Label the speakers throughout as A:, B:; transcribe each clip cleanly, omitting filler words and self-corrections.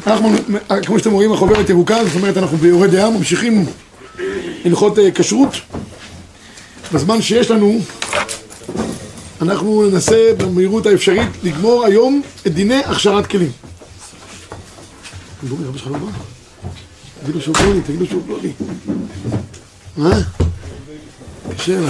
A: אנחנו, כמו שאתם רואים, החוברת ירוקה, זאת אומרת, אנחנו ביורי דעה, ממשיכים הלכות כשרות. בזמן שיש לנו, אנחנו ננסה במהירות האפשרית לגמור היום את דיני הכשרת כלים. בואי, רבי שלך לא בא? תגידו שהוא פלוני, תגידו שהוא פלוני. מה? קשה לה.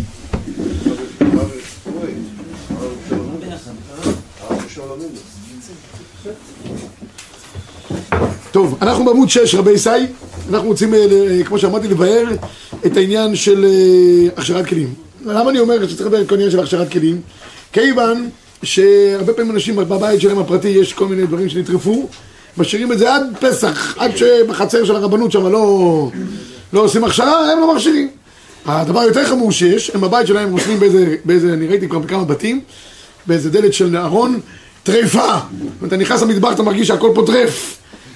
A: טוב, אנחנו בעמוד 6, רבי ישי. אנחנו רוצים, כמו שאמרתי, לבאר את העניין של הכשרת כלים. למה אני אומר שצריך לבאר את כל העניין של הכשרת כלים? כיוון שהרבה פעמים אנשים בבית שלהם הפרטי יש כל מיני דברים שנטרפו, משאירים את זה עד פסח, עד שבחצר של הרבנות שם לא עושים הכשרה, הם לא מכשירים. הדבר יותר חמור שיש, הם בבית שלהם רושמים באיזה, אני ראיתי כבר בכמה בתים, באיזה דלת של ארון, טרפה. אתה נכנס למטבח, אתה מרגיש שהכל פה טרף.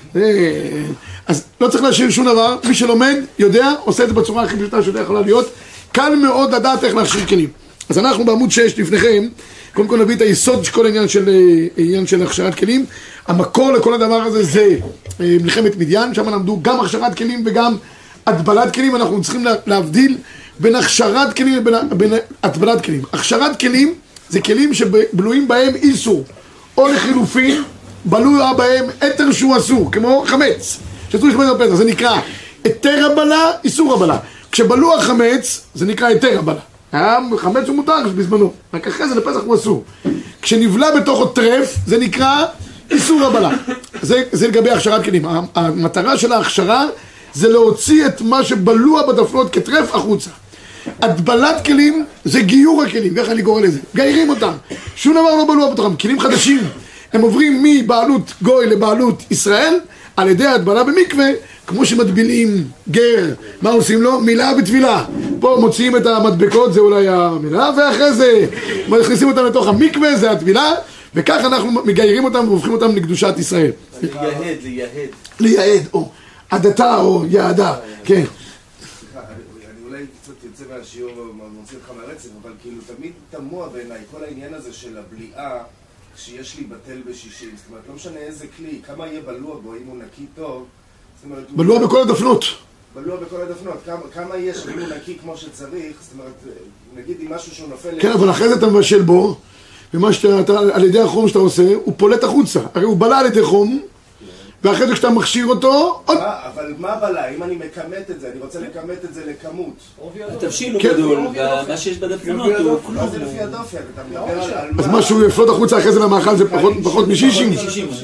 A: אז לא צריך להשאיר שום דבר, מי שלומד, יודע, עושה את זה בצורה הכי פשוטה שאתה יכולה להיות. קל מאוד לדעת איך להכשיר כלים. אז אנחנו בעמוד 6 לפניכם, קודם כל נביא את היסוד של כל העניין של הכשרת כלים. המקור לכל הדבר הזה זה מלחמת מדיין, שם למדו גם הכשרת כלים וגם הטבלת כלים. אנחנו צריכים להבדיל בין הכשרת כלים לבין הטבלת כלים. הכשרת כלים זה כלים שבלויים בהם איסור, או לחילופין בלוי בהם אתר שהוא אסור, כמו חמץ שאסור להשתמש בפסח, זה נקרא היתר הבלה, איסור הבלה. כשבלוע חמץ זה נקרא היתר הבלה. חמץ הוא מותר בזמנו, רק אחרי זה לפסח הוא אסור. כשנבלה בתוכו טרף זה נקרא איסור הבלה. זה לגבי הכשרת כלים. המטרה של ההכשרה זה להוציא את מה שבלוע בדפנות כטרף החוצה. הטבלת כלים זה גיור הכלים, ככה אני קורא לזה, גיירים אותם, שום דבר לא בלוע בתוכם, כלים חדשים. הם עוברים מבעלות גוי לבעלות ישראל על ידי הטבלה במקווה, כמו שמטבילים גר, מה עושים לו? מילה וטבילה. פה מוציאים את המדבקות, זה אולי המילה, ואחרי זה מכניסים אותם לתוך המקווה, זה הטבילה, וכך אנחנו מגיירים אותם והופכים אותם לקדושת ישראל. לייהד, או עדתה או יעדה, כן.
B: אני אולי קצת יוצא מהשיעור ומוציא אותך מהרצף, אבל כאילו תמיד תמוה בעיניי כל העניין הזה של הבליעה כשיש לי בטל בשישים, זאת אומרת, לא משנה איזה כלי, כמה יהיה בלוע בו, אם הוא נקי טוב, זאת אומרת...
A: בלוע בכל הדפנות.
B: בלוע בכל הדפנות, כמה יש, אם הוא נקי כמו שצריך, זאת אומרת, נגיד אם משהו שהוא נופל...
A: כן, אבל אחרי זה אתה מבשל בו, ומה שאתה, על ידי החום שאתה עושה, הוא פולט החוצה. הרי הוא בלע על ידי חום, ואחרי זה כשאתה מכשיר אותו...
B: אבל מה בלע? אם אני מקמת את זה, אני רוצה לקמת את זה לכמות.
C: התבשיל הוא גדול, ומה שיש בדפנות הוא...
B: מה זה לפי הדופן? אתה מדבר על מה?
A: אז משהו יפלוט החוצה אחרי זה למאכל זה פחות מ-60.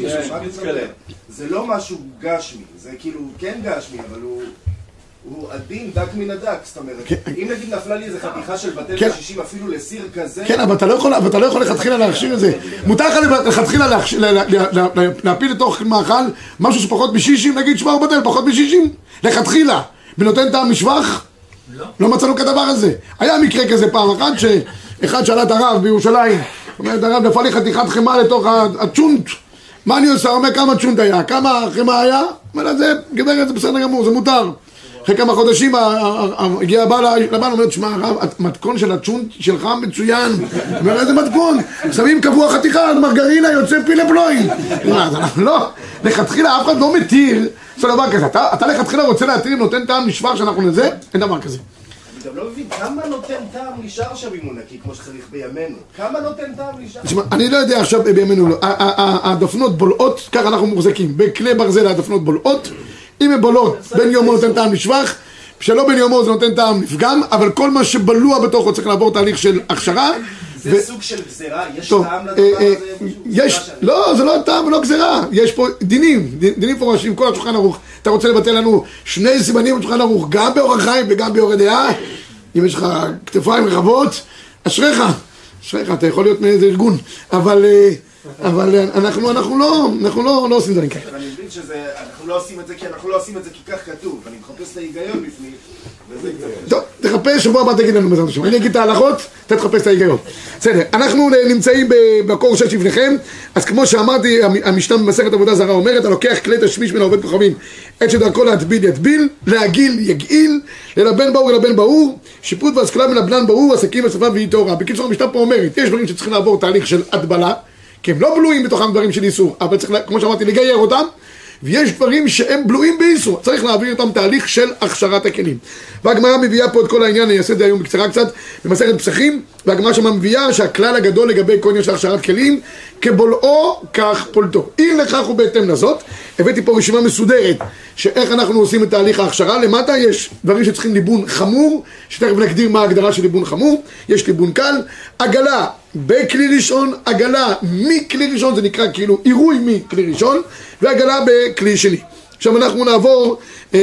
B: זה לא משהו גשמי, זה כאילו כן גשמי, אבל הוא עדין, דק מן הדק, זאת אומרת. אם נגיד נפלה לי איזה חתיכה של בטל ב-60 אפילו לסיר כזה... כן, אבל אתה לא יכול לכתחילה להכשיר את זה. מותר לך לכתחילה להפיל לתוך מאכל משהו שפחות מ-60, נגיד שמר בטל, פחות מ-60. לכתחילה. ונותן טעם משבח? לא מצאנו כדבר הזה. היה מקרה כזה פעם אחת שאחד שאלה את הרב בירושלים. אומרת, הרב נפל לי חתיכת חמה לתוך הצ'ונט. מה אני עושה? אומר, כמה צ'ונט היה? כמה חמה היה? אומר, זה גברת, זה בסדר גמור, זה מותר. אחרי כמה חודשים הגיע לבן, אומרת, שמע הרב, המתכון של הצ'ונט שלך מצוין. אומר, איזה מתכון? שמים קבוע חתיכה, מרגרינה, יוצא פילה פלואים. לא, לכתחילה אף אחד לא מתיר. זה דבר כזה, אתה לכתחילה רוצה להתיר, נותן טעם נשבר שאנחנו נזה? אין דבר כזה. אני גם לא מבין, כמה נותן טעם נשאר שם אם הוא נקי, כמו שצריך בימינו? כמה נותן טעם נשאר?
A: תשמע, אני לא יודע עכשיו בימינו לא. הדפנות בולעות, ככה אנחנו מוחזקים. בכלי ברזל הדפנות בולעות. אם הן בולות, בין יומו נותן טעם נשבח, שלא בין יומו זה נותן טעם נפגם, אבל כל מה שבלוע בתוכו צריך לעבור תהליך של הכשרה.
B: זה סוג של גזירה? יש טעם לדבר הזה?
A: לא, זה לא טעם ולא גזירה. יש פה דינים פורשים, כל השולחן ערוך. אתה רוצה לבטל לנו שני סימנים בשולחן ערוך, גם באורח חיים וגם באורח דעה. אם יש לך כתפיים רחבות, אשריך, אתה יכול להיות מאיזה ארגון. אבל אנחנו לא עושים דברים כאלה.
B: אני מבין שאנחנו לא עושים את זה כי אנחנו לא עושים את זה כי כך כתוב. אני מחפש את ההיגיון בפנים, וזה קצת...
A: טוב, תחפש, שבוע הבא תגיד לנו בעזרת השם. אני אגיד את ההלכות, אתה תחפש את ההיגיון. בסדר, אנחנו נמצאים במקור 6 לפניכם, אז כמו שאמרתי, המשנה במסכת עבודה זרה אומרת, הלוקח כלי תשמיש בין העובד כוכבים, עת שדרכו להטביל יטביל, להגיל יגעיל, ללבן ברור ללבן ברור, שיפוט והשכלה מלבנן ברור, עסקים ושפה והיא תורה. בקיצור, המשנה פה אומרת, יש דברים שצריכים לעבור תהליך של הטבלה, כי הם לא בלויים בתוכם דברים של איסור, אבל צריך, כמו שאמרתי, לגייר אותם, ויש דברים שהם בלויים באיסור, צריך להעביר אותם תהליך של הכשרת הכלים. והגמרא מביאה פה את כל העניין, אני אעשה את זה היום בקצרה קצת, במסכת פסחים, והגמרא שם מביאה שהכלל הגדול לגבי כל עניין של הכשרת כלים, כבולעו כך פולטו. אי לכך ובהתאם לזאת, הבאתי פה רשימה מסודרת, שאיך אנחנו עושים את תהליך ההכשרה. למטה יש דברים שצריכים ליבון חמור, שתכף נגדיר מה ההגדרה של ליבון חמור, יש ליבון קל, עגלה בכלי ראשון, עגלה מכלי ראשון, זה נקרא כאילו עירוי מכלי ראשון, ועגלה בכלי שני. עכשיו אנחנו נעבור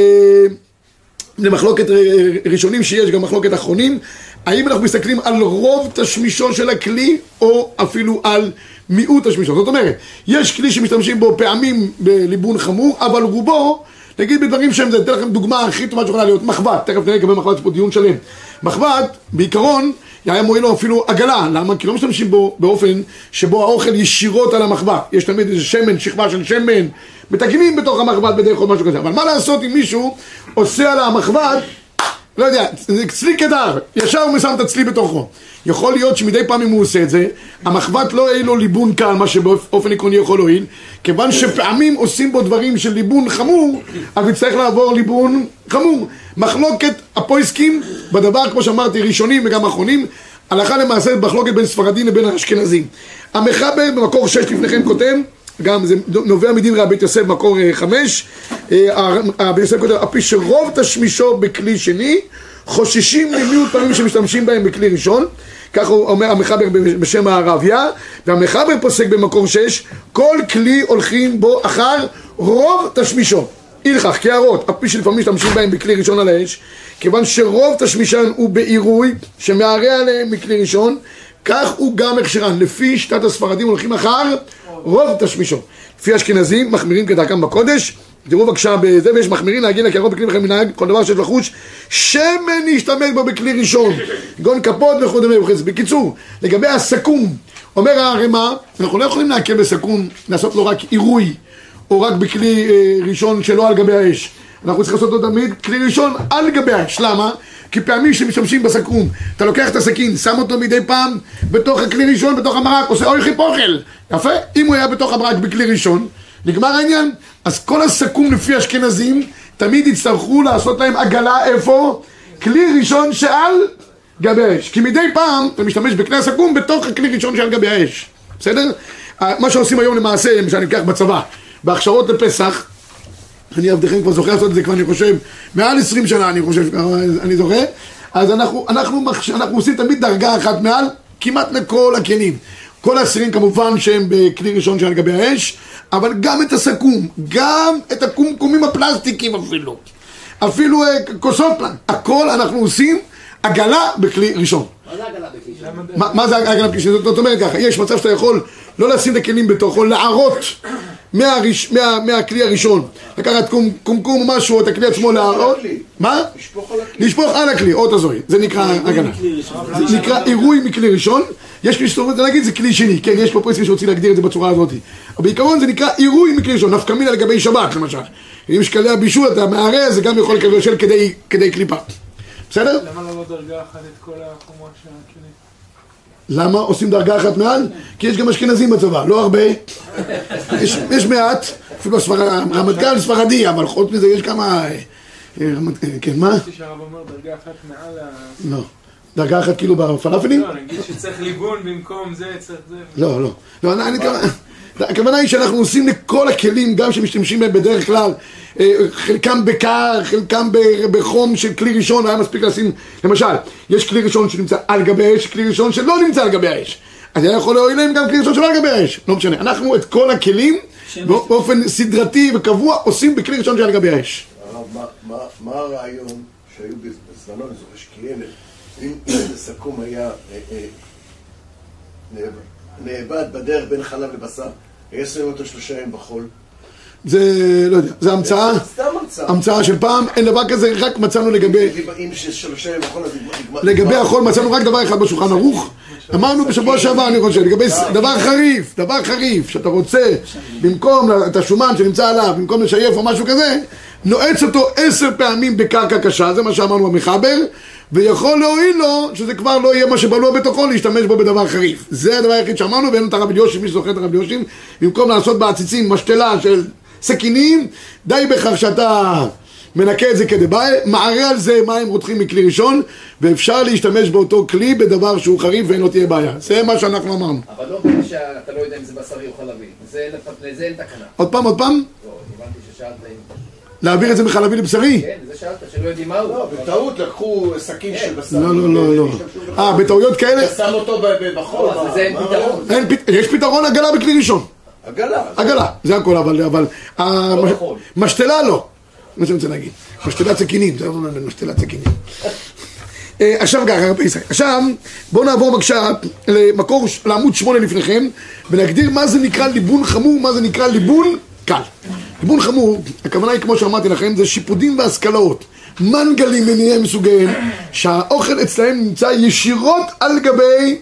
A: למחלוקת ראשונים שיש, גם מחלוקת אחרונים, האם אנחנו מסתכלים על רוב תשמישו של הכלי, או אפילו על מיעוט תשמישו. זאת אומרת, יש כלי שמשתמשים בו פעמים בליבון חמור, אבל רובו, נגיד בדברים שהם, זה אתן לכם דוגמה הכי טובה שיכולה להיות מחבת, תכף נראה לגבי מחבת, יש פה דיון שלם. מחבת, בעיקרון, היה מועיל לו אפילו עגלה, למה? כי לא משתמשים בו באופן שבו האוכל ישירות על המחבת. יש תמיד איזה שמן, שכבה של שמן, מתקנים בתוך המחבת בדרך כלל משהו כזה. אבל מה לעשות אם מישהו עושה על המחבת, לא יודע, זה צלי קדר, ישר הוא שם את הצלי בתוכו. יכול להיות שמדי פעם אם הוא עושה את זה, המחבת לא יהיה לו ליבון קל, מה שבאופן עקרוני יכול להועיל, כיוון שפעמים עושים בו דברים של ליבון חמור, אז יצטרך לעבור ליבון חמור. מחלוקת הפויסקים בדבר, כמו שאמרתי, ראשונים וגם אחרונים, הלכה למעשה מחלוקת בין ספרדים לבין האשכנזים. המחבר במקור 6 לפניכם כותב, גם זה נובע מדין רבי יוסף מקור 5, רבי יוסף כותב, הפי שרוב תשמישו בכלי שני, חוששים למיעוט פעמים שמשתמשים בהם בכלי ראשון, כך הוא אומר המחבר בשם הערביה, והמחבר פוסק במקור 6, כל כלי הולכים בו אחר רוב תשמישו. הלכך, כערות, הפי שלפעמים משתמשים בהם בכלי ראשון על האש, כיוון שרוב תשמישן הוא בעירוי, שמערה עליהם מכלי ראשון, כך הוא גם הכשרן. לפי שיטת הספרדים הולכים אחר רוב תשמישו. לפי אשכנזים מחמירים כדרכם בקודש, תראו בבקשה בזה, ויש מחמירים להגיע לקרוב בכלי בכם מנהג, כל דבר שיש לחוש, שמן להשתמש בו בכלי ראשון, גון כפות וכו' וכו'. בקיצור, לגבי הסכו"ם, אומר הרמ"א, אנחנו לא יכולים להקל בסכו"ם, לעשות לו רק עירוי, או רק בכלי ראשון שלא על גבי האש. אנחנו צריכים לעשות אותו תמיד כלי ראשון על גבי האש. למה? כי פעמים שמשתמשים בסכו"ם, אתה לוקח את הסכין, שם אותו מדי פעם בתוך הכלי ראשון, בתוך המרק, עושה אוי חיפוכל. יפה? אם הוא היה בתוך המרק בכלי ראשון, נגמר העניין. אז כל הסכו"ם לפי אשכנזים, תמיד יצטרכו לעשות להם עגלה איפה? כלי ראשון שעל גבי האש. כי מדי פעם אתה משתמש בכלי הסכו"ם בתוך הכלי ראשון שעל גבי האש. בסדר? מה שעושים היום למעשה, למשל אני אקח בצבא, בהכשרות לפסח, אני עבדכם כבר זוכר לעשות את זה כבר, אני חושב, מעל 20 שנה אני חושב, אני זוכר, אז אנחנו עושים תמיד דרגה אחת מעל, כמעט לכל הכלים. כל האסירים כמובן שהם בכלי ראשון שעל גבי האש, אבל גם את הסכו"ם, גם את הקומקומים הפלסטיקים אפילו כוסות פלן, הכל אנחנו עושים עגלה בכלי ראשון.
D: מה זה עגלה בכלי ראשון?
A: מה זה עגלה בכלי ראשון? זאת אומרת ככה, יש מצב שאתה יכול לא לשים את הכלים בתוכו, לערות מהכלי הראשון, לקחת קומקום או משהו, את הכלי עצמו לערות. מה? לשפוך על הכלי, אות הזוהי, זה נקרא עגלה. זה נקרא עירוי מכלי ראשון. יש מי שתורמת להגיד זה כלי שני, כן, יש פה פרסים שרוצים להגדיר את זה בצורה הזאת, אבל בעיקרון זה נקרא עירוי מכלי ראשון, נפקא מינה לגבי שבת למשל. אם יש כלי הבישול אתה מערה, זה גם יכול לבשל כדי קליפה. בסדר?
E: למה לא דרגה אחת את כל החומות של הכלים?
A: למה עושים דרגה אחת מעל? כי יש גם אשכנזים בצבא, לא הרבה. יש מעט, אפילו רמת גן ספרדי, אבל חוץ מזה יש כמה... כן, מה?
E: חשבתי שהרב אומר דרגה אחת מעל ה...
A: לא. דרגה אחת כאילו בפלאפלים?
E: לא, נגיד שצריך ליבון במקום זה, צריך זה...
A: לא. הכוונה היא שאנחנו עושים לכל הכלים, גם שמשתמשים בהם בדרך כלל, חלקם בקר, חלקם בחום של כלי ראשון, היה מספיק לשים, למשל, יש כלי ראשון שנמצא על גבי האש, כלי ראשון שלא נמצא על גבי האש. אז היה יכול להועיל להם גם כלי ראשון שלא על גבי האש, לא משנה. אנחנו את כל הכלים, באופן סדרתי וקבוע, עושים בכלי ראשון שעל גבי האש.
F: מה הרעיון שהיו בזמנו, אני זוכר שכילד, אם איזה סכו"ם היה נאבד בדרך בין חלב לבשר, היה שמים אותו 3 ימים בחול.
A: זה, לא יודע, זה המצאה. המצאה של פעם, אין דבר כזה, רק מצאנו לגבי החול מצאנו רק דבר אחד בשולחן ערוך. אמרנו בשבוע שעבר, אני חושב, לגבי דבר חריף, שאתה רוצה, במקום את השומן שנמצא עליו, במקום לשייף או משהו כזה, נועץ אותו 10 פעמים בקרקע קשה, זה מה שאמרנו במחבר, ויכול להועיל לו, שזה כבר לא יהיה מה שבלוע בתוכו, להשתמש בו בדבר חריף. זה הדבר היחיד שאמרנו, ואין את הרב אליושים, מי שזוכר את הרב אליושים, במקום לעשות בעציצים משתלה של סכינים, די בכך שאתה מנקה את זה כדבעי, מערה על זה מים רותחים מכלי ראשון, ואפשר להשתמש באותו כלי בדבר שהוא חריף ואין לו תהיה בעיה. זה מה שאנחנו אמרנו.
D: אבל לא בגלל שאתה לא יודע אם זה בשרי או חלבי, לזה אין תקנה.
A: עוד פעם?
D: לא, הבנתי ששאלת אם...
A: להעביר את זה מחלבי לבשרי?
D: כן, זה שאלת, שלא יודעים מה הוא.
F: לא, בטעות לקחו סכין של בשרי.
A: לא. בטעויות כאלה?
F: אתה שם אותו בחול.
D: זה אין פתרון.
A: יש פתרון עגלה בכלי ראשון. עגלה, זה הכל, אבל משתלה לא. מה שאני רוצה להגיד, משתלת סכינים, זה לא אומר משתלת סכינים. עכשיו ככה, הרבה ישראל. עכשיו, בואו נעבור בבקשה לעמוד 8 לפניכם, ונגדיר מה זה נקרא ליבון חמור, מה זה נקרא ליבון קל. ליבון חמור, הכוונה היא כמו שאמרתי לכם, זה שיפודים והשכלאות, מנגלים מניהם מסוגיהם, שהאוכל אצלהם נמצא ישירות על גבי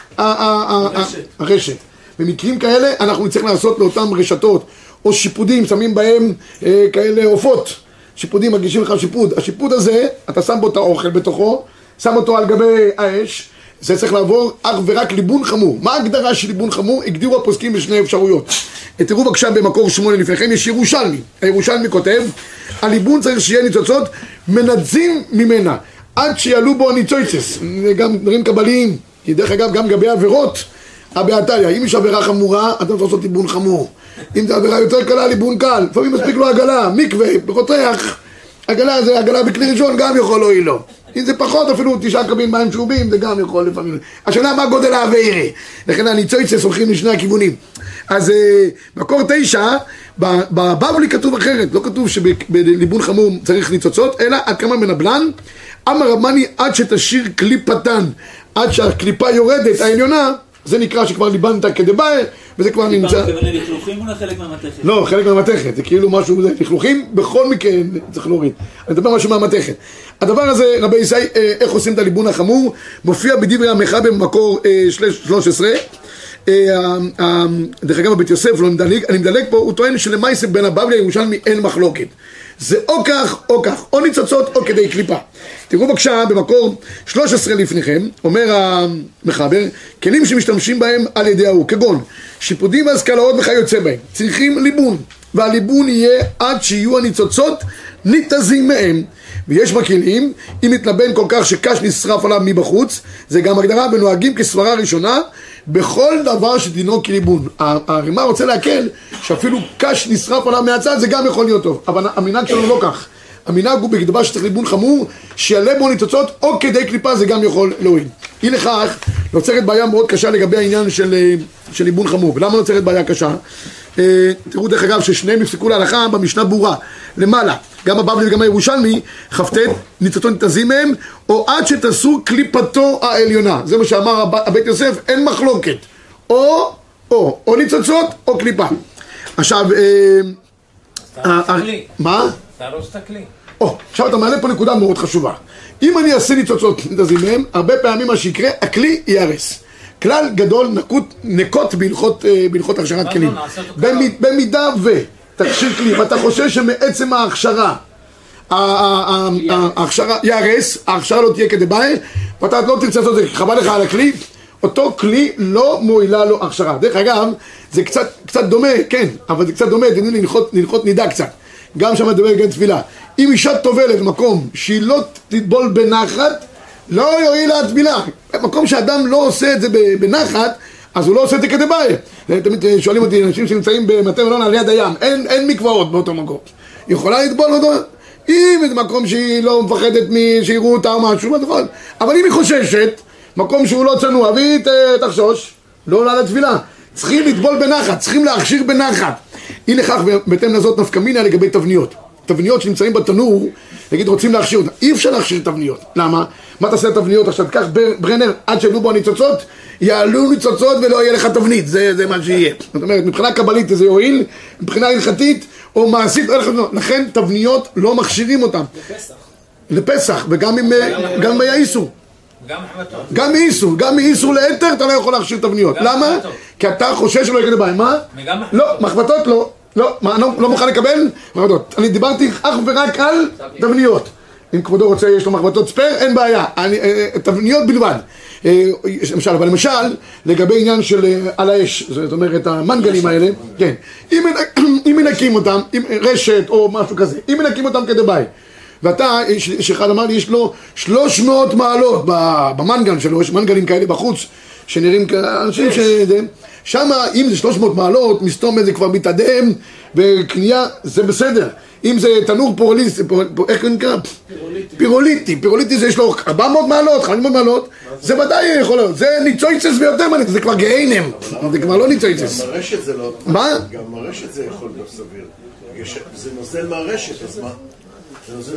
A: הרשת. במקרים כאלה אנחנו נצטרך לעשות לאותם רשתות, או שיפודים, שמים בהם כאלה עופות, שיפודים, מגישים לך שיפוד. השיפוד הזה, אתה שם בו את האוכל בתוכו, שם אותו על גבי האש, זה צריך לעבור אך ורק ליבון חמור. מה ההגדרה של ליבון חמור? הגדירו הפוסקים בשני אפשרויות. תראו בבקשה במקור 8 לפניכם, יש ירושלמי. הירושלמי כותב, הליבון צריך שיהיה ניצוצות מנדזים ממנה, עד שיעלו בו הניצוצס. גם דברים קבליים, כי דרך אגב גם גבי עבירות, הבעתליה, אם יש עבירה חמורה, אתה צריך לעשות ליבון חמור. אם זה עבירה יותר קלה, ליבון קל. לפעמים מספיק לו עגלה, מקווה, רותח. עגלה זה עגלה בכלי ראשון, גם יכול להועיל לו. אם זה פחות, אפילו 9 קבין מים שאובים, זה גם יכול לפעמים. השאלה מה גודל העבירה. לכן הניצוצס הולכים לשני הכיוונים. אז מקור 9, בבבלי כתוב אחרת. לא כתוב שבליבון חמור צריך ניצוצות, אלא עד כמה מנבלן. אמר רבני, עד שתשאיר קליפתן, עד שהקליפה יורדת העליונה, זה נקרא שכבר ליבנת כדבעי, וזה כבר נמצא...
C: אתה מתכוון לכלוכים או לחלק מהמתכת?
A: לא, חלק מהמתכת, זה כאילו משהו, לכלוכים בכל מקרה צריך להוריד. אני מדבר משהו מהמתכת. הדבר הזה, רבי ישראל, איך עושים את הליבון החמור, מופיע בדברי המחבר במקור 13. דרך אגב, בית יוסף, אני מדלג פה, הוא טוען שלמעשה בין הבבלי לירושלמי אין מחלוקת. זה או כך או כך, או ניצוצות או כדי קליפה. תראו בבקשה במקור 13 לפניכם, אומר המחבר, כלים שמשתמשים בהם על ידי ההוא, כגון שיפודים והשכלאות וכיוצא בהם, צריכים ליבון, והליבון יהיה עד שיהיו הניצוצות ניתזים מהם. ויש בכלים, אם מתלבן כל כך שקש נשרף עליו מבחוץ, זה גם הגדרה ונוהגים כסברה ראשונה בכל דבר שדינו כליבון. הרימה רוצה להקל שאפילו קש נשרף עליו מהצד, זה גם יכול להיות טוב, אבל המנהג שלנו לא כך. המנהג הוא בדבר שצריך ליבון חמור, שיעלה בו ניצוצות או כדי קליפה, זה גם יכול להועיל. אי לכך, נוצרת בעיה מאוד קשה לגבי העניין של ליבון חמור. ולמה נוצרת בעיה קשה? תראו דרך אגב ששניהם נפסקו להלכה במשנה ברורה למעלה, גם הבבלי וגם הירושלמי, חפטט ניצוצות ניתזים מהם, או עד שתעשו קליפתו העליונה. זה מה שאמר הבית יוסף, אין מחלוקת, או ניצוצות או קליפה. עכשיו מה?
E: תהרוס את הכלי.
A: עכשיו אתה מעלה פה נקודה מאוד חשובה. אם אני אעשה ניצוצות ניתזים מהם, הרבה פעמים מה שיקרה, הכלי ייהרס. כלל גדול נקוט בהלכות הכשרת כלים. במידה ותכשיר כלי, ואתה חושב שמעצם ההכשרה יהרס, ההכשרה לא תהיה כדבעי, ואתה לא תרצה לעשות את זה, חבל לך על הכלי, אותו כלי לא מועילה לו הכשרה. דרך אגב, זה קצת דומה, כן, אבל זה קצת דומה, תנו לי ללכות נידה קצת. גם שם מדבר גם תפילה. אם אישה טובלת במקום שהיא לא תטבול בנחת, לא יועיל לה הטבילה. במקום שאדם לא עושה את זה בנחת, אז הוא לא עושה את זה כדבעי. תמיד שואלים אותי, אנשים שנמצאים במטה מלון על יד הים, אין מקוואות באותו מקום. היא יכולה לטבול אותו? אם זה מקום שהיא לא מפחדת שיראו אותה או משהו, אבל אם היא חוששת, מקום שהוא לא צנוע, והיא תחשוש, לא עולה לתפילה. צריכים לטבול בנחת, צריכים להכשיר בנחת. אי לכך, בהתאם לזאת נפקא מינה לגבי תבניות. תבניות שנמצאים בתנור, נגיד רוצים להכשיר אותם, אי אפשר להכשיר תבניות. למה? מה תעשה לתבניות? עכשיו תקח ברנר, עד שיעלו בו הניצוצות, יעלו ניצוצות ולא יהיה לך תבנית, זה מה שיהיה. זאת אומרת, מבחינה קבלית זה יועיל, מבחינה הלכתית או מעשית, לכן תבניות לא מכשירים אותם. לפסח, וגם גם באיסור. גם מאיסור לאתר אתה לא יכול להכשיר תבניות. למה? כי אתה חושש שלא יקנה בהם. מה? לא, מחבטות לא. לא, מה, לא מוכן לקבל? מחבטות. אני דיברתי אך ורק על תבניות. אם כבודו רוצה, יש לו מחבטות ספר, אין בעיה. תבניות בלבד. אבל למשל, לגבי עניין של על האש, זאת אומרת, המנגלים האלה, כן. אם מנקים אותם, רשת או משהו כזה, אם מנקים אותם כדי ביי, ואתה, שאחד אמר לי, יש לו 300 מעלות במנגל שלו, יש מנגלים כאלה בחוץ, שנראים כאנשים שם, אם זה 300 מעלות, מסתום איזה כבר מתאדם, בקנייה, זה בסדר. אם זה תנור פירוליטי, איך זה נקרא? פירוליטי זה יש לו 400 מעלות, 500 מעלות, זה ודאי יכול להיות, זה ניצויצס ויותר מעלות, זה כבר גיהנם, זה כבר לא ניצויצס.
F: גם מרשת זה לא...
A: מה?
F: גם מרשת זה יכול להיות סביר. זה נוזל מהרשת, אז מה? זה נוזל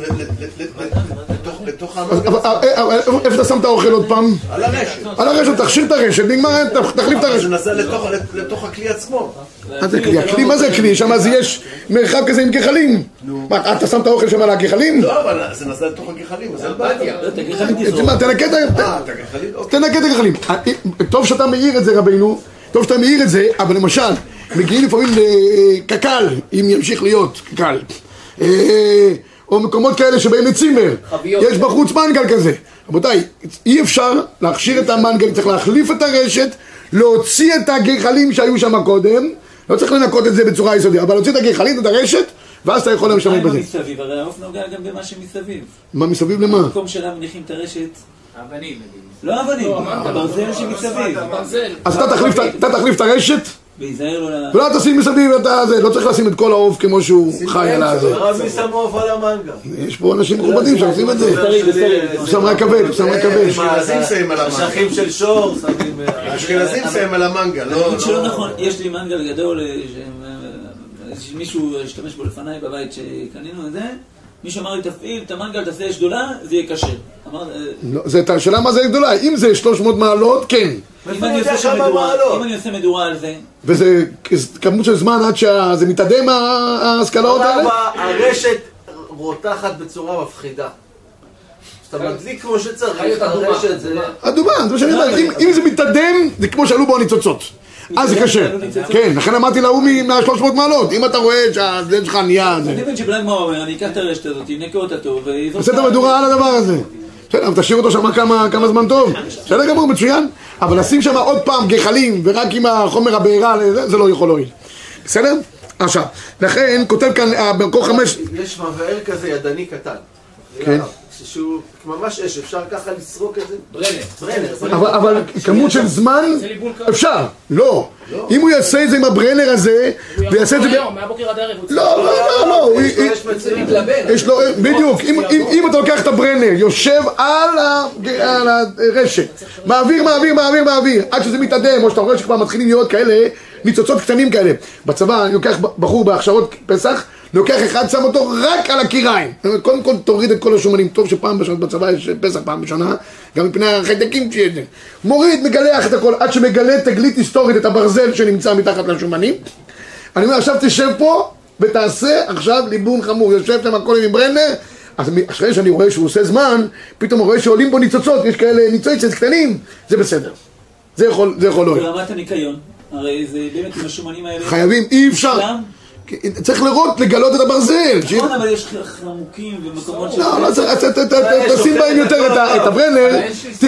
F: לתוך המנגל.
A: איפה אתה שם את האוכל עוד פעם?
F: על הרשת.
A: על הרשת, תכשיר את הרשת, נגמר, תחליף את הרשת.
F: זה נוזל לתוך הכלי עצמו.
A: הכלי, מה זה הכלי? שם אז יש מרחב כזה עם גחלים. מה, אתה שם את האוכל שם על הגחלים?
F: לא, אבל זה נוזל לתוך הגחלים, אז אין בעיה.
A: תנקה את הגחלים. טוב שאתה מעיר את זה רבינו, טוב שאתה מעיר את זה, אבל למשל, מגיעים לפעמים לקקל, אם ימשיך להיות קקל. או מקומות כאלה שבאים לצימר, יש בחוץ מנגל כזה. רבותיי, אי אפשר להכשיר את המנגל, צריך להחליף את הרשת, להוציא את הגחלים שהיו שם קודם, לא צריך לנקות את זה בצורה יסודית, אבל להוציא את הגחלים, את הרשת, ואז אתה יכול להשתמש בזה.
C: מה מסביב? הרי העוף נוגע גם במה שמסביב.
A: מה מסביב למה?
C: במקום שלה מניחים את הרשת. אבנים. לא אבנים, הברזל שמסביב.
A: אז אתה תחליף את הרשת?
C: ויזהר לו לה...
A: ולא תשים מסביב את זה, לא צריך לשים את כל העוף כמו שהוא חי על הזה.
F: רבי שם עוף על המנגל.
A: יש פה אנשים מכובדים שעושים את זה. הוא שם רק כבד, הוא שם רק כבד.
F: אשכנזים שמים על המנגל.
B: אשכים של שור,
F: אשכנזים שמים על המנגל.
C: תגיד שלא נכון, יש לי מנגל גדול, מישהו השתמש בו לפניי בבית שקנינו את זה, מישהו אמר לי תפעיל את המנגל, תעשה אש גדולה, זה יהיה קשה.
A: זה את השאלה מה זה גדולה, אם זה 300 מעלות, כן.
C: אם אני עושה מדורה על זה.
A: וזה כמות של זמן עד שזה מתאדם ההשכלות האלה?
F: הרשת רותחת בצורה מפחידה. אתה מדליק כמו שצריך, הרשת זה...
A: אדומה, זה מה שאני אומר, אם זה מתאדם, זה כמו שעלו בו הניצוצות. אז זה קשה. כן, לכן אמרתי להוא מה-300 מעלות, אם אתה רואה שהדלת שלך נהיה...
C: אני מבין שבלג מה אומר, אני אקח את הרשת הזאת, נקה אותה טוב,
A: עושה את המדורה על הדבר הזה. בסדר, אבל תשאיר אותו שם כמה זמן טוב. בסדר גמור, מצוין. אבל לשים שם עוד פעם גחלים, ורק עם החומר הבעירה, זה לא יכול להועיל. בסדר? עכשיו, לכן כותב כאן במקור 5...
F: יש מבאר כזה ידני קטן.
A: כן.
F: שהוא ממש אש, אפשר ככה לסרוק את זה? ברנר.
A: אבל כמות של זמן, אפשר. לא. אם הוא יעשה את זה עם הברנר הזה, ויעשה את זה...
D: מהבוקר עד הערב.
A: לא. יש לו, בדיוק. אם אתה לוקח את הברנר, יושב על הרשת, מעביר, עד שזה מתאדם, או שאתה רואה שכבר מתחילים להיות כאלה, ניצוצות קטנים כאלה. בצבא, אני לוקח בחור בהכשרות פסח, לוקח אחד, שם אותו רק על הקיריים. קודם כל תוריד את כל השומנים. טוב שפעם בשנה בצבא יש פסח פעם בשנה, גם מפני החיידקים שיש זה. מוריד, מגלח את הכל, עד שמגלה תגלית היסטורית את הברזל שנמצא מתחת לשומנים. אני אומר, עכשיו תשב פה ותעשה עכשיו ליבון חמור. יושב שם הכל עם ברנר, אז אחרי שאני רואה שהוא עושה זמן, פתאום רואה שעולים בו ניצוצות, יש כאלה ניצוצות קטנים, זה בסדר. זה יכול לא.
C: ברמת הניקיון, הרי זה באמת עם השומנים האלה...
A: חייבים, אי אפשר. צריך לראות, לגלות את הברזל.
C: נכון, אבל יש חמוקים ומקומות ש...
A: לא, תשים בהם יותר את הברנר.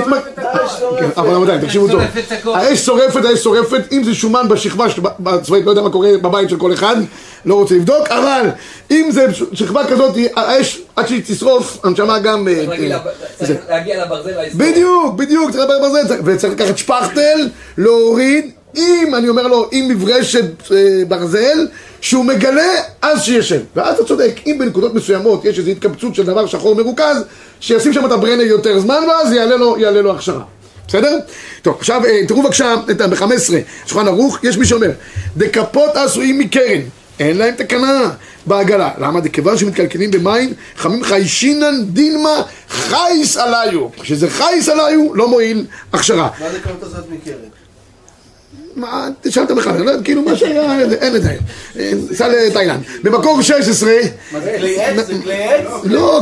A: אבל רבותיי, תקשיבו טוב. האש שורפת, אם זה שומן בשכבה הצבאית, לא יודע מה קורה בבית של כל אחד, לא רוצה לבדוק, אבל אם זה שכבה כזאת, האש עד שהיא תשרוף, הנשמה גם...
D: צריך להגיע לברזל ההיסטורי.
A: בדיוק, צריך להגיע לברזל, וצריך לקחת שפכטל, להוריד, אני אומר לו, עם מברשת ברזל, שהוא מגלה, אז שישב. ואז אתה צודק, אם בנקודות מסוימות יש איזו התקבצות של דבר שחור מרוכז, שישים שם את הברנר יותר זמן, ואז יעלה לו הכשרה. בסדר? טוב, עכשיו תראו בבקשה, ב-15, שולחן ערוך, יש מי שאומר, דקפות עשויים מקרן, אין להם תקנה בעגלה. למה? כיוון שמתקלקלים במים, חמים חיישינן דילמה חייס עליו. כשזה חייס עליו, לא מועיל הכשרה.
F: מה זה קראת זאת מקרן?
A: מה, תשאלת בכלל, לא, כאילו מה שהיה, אין את זה, סע לתאילנד. במקור 16...
D: מה זה כלי עץ? זה כלי עץ?
A: לא,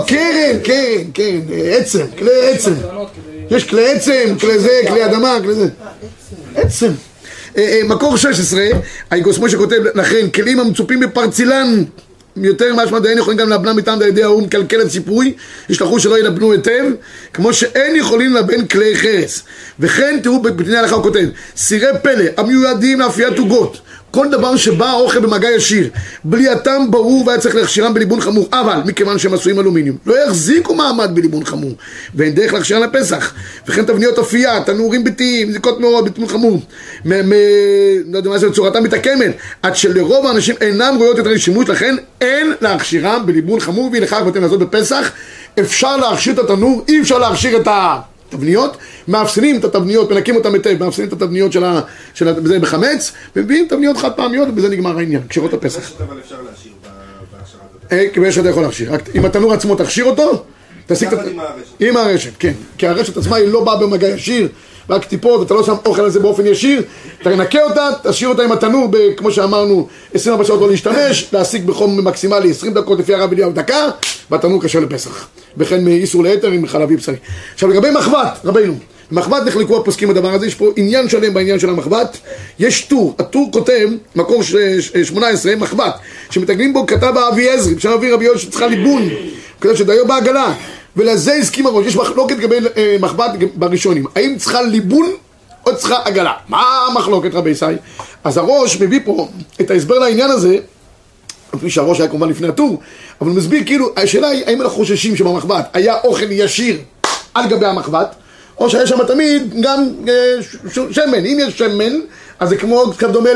A: קרן, עצם, כלי עצם. יש כלי עצם, כלי זה, כלי אדמה, כלי זה. עצם. מקור 16, כמו שכותב לכן, כלים המצופים בפרצילן, יותר משמע דיין יכולים גם להבנם איתם על ידי האום מקלקלת ציפוי, ישלחו שלא ילבנו היטב, כמו שאין יכולים לבן כלי חרס. וכן תראו בפתיני ההלכה הוא כותב, סירי פלא המיועדים לאפיית עוגות, כל דבר שבא האוכל במגע ישיר, בלי הטעם ברור והיה צריך להכשירם בליבון חמור, אבל מכיוון שהם עשויים אלומיניום, לא יחזיקו מעמד בליבון חמור, ואין דרך להכשירם לפסח. וכן תבניות אפייה, תנורים ביתיים, זיקות מאורות, בליבון חמור, לא יודע מה זה, צורתם מתעקמת, עד שלרוב האנשים אינם רואות יותר שימוש, לכן אין להכשירם בליבון חמור, והיא לכך ואתם לעשות בפסח. אפשר להכשיר את התנור, אי אפשר להכשיר את התבניות, מאפסנים את התבניות, מנקים אותם היטב, מאפסנים את התבניות בזה בחמץ, ומביאים תבניות חד פעמיות, ובזה נגמר העניין, קשירות הפסח.
B: רשת אבל אפשר להשאיר בהכשרת
A: כי ברשת אתה יכול להכשיר, רק אם התנור עצמו תכשיר אותו, תשיג את... עם הרשת, כן, כי הרשת עצמה היא לא באה במגע ישיר, רק טיפות, אתה לא שם אוכל על זה באופן ישיר, תנקה אותה, תשאיר אותה עם התנור, כמו שאמרנו, 24 שעות לא להשתמש, להשיג בחום מקסימלי 20 דקות לפי הרב אליהו דקה, והתנור קשה לפסח. וכן איסור ליתר עם חלבי בשרי. עכשיו לגבי מחבת, רבינו, מחבת נחלקו הפוסקים הדבר הזה, יש פה עניין שלם בעניין של המחבת, יש טור, הטור כותב, מקור 18, מחבת, שמתגלים בו כתב האבי עזרי, בשם אבי רבי יהושע שצריכה ליבון, כתב שדיו בעגלה, ולזה הסכים הראש, יש מחלוקת לגבי מחבת בראשונים, האם צריכה ליבון או צריכה עגלה? מה המחלוקת רבי ישי? אז הראש מביא פה את ההסבר לעניין הזה, לפי שהראש היה כמובן לפני הטור, אבל הוא מסביר כאילו, השאלה היא, האם אנחנו חוששים שבמחבת היה אוכל ישיר על גבי המחבת, או שהיה שם תמיד גם שמן. אם יש שמן, אז זה כמו קצת דומה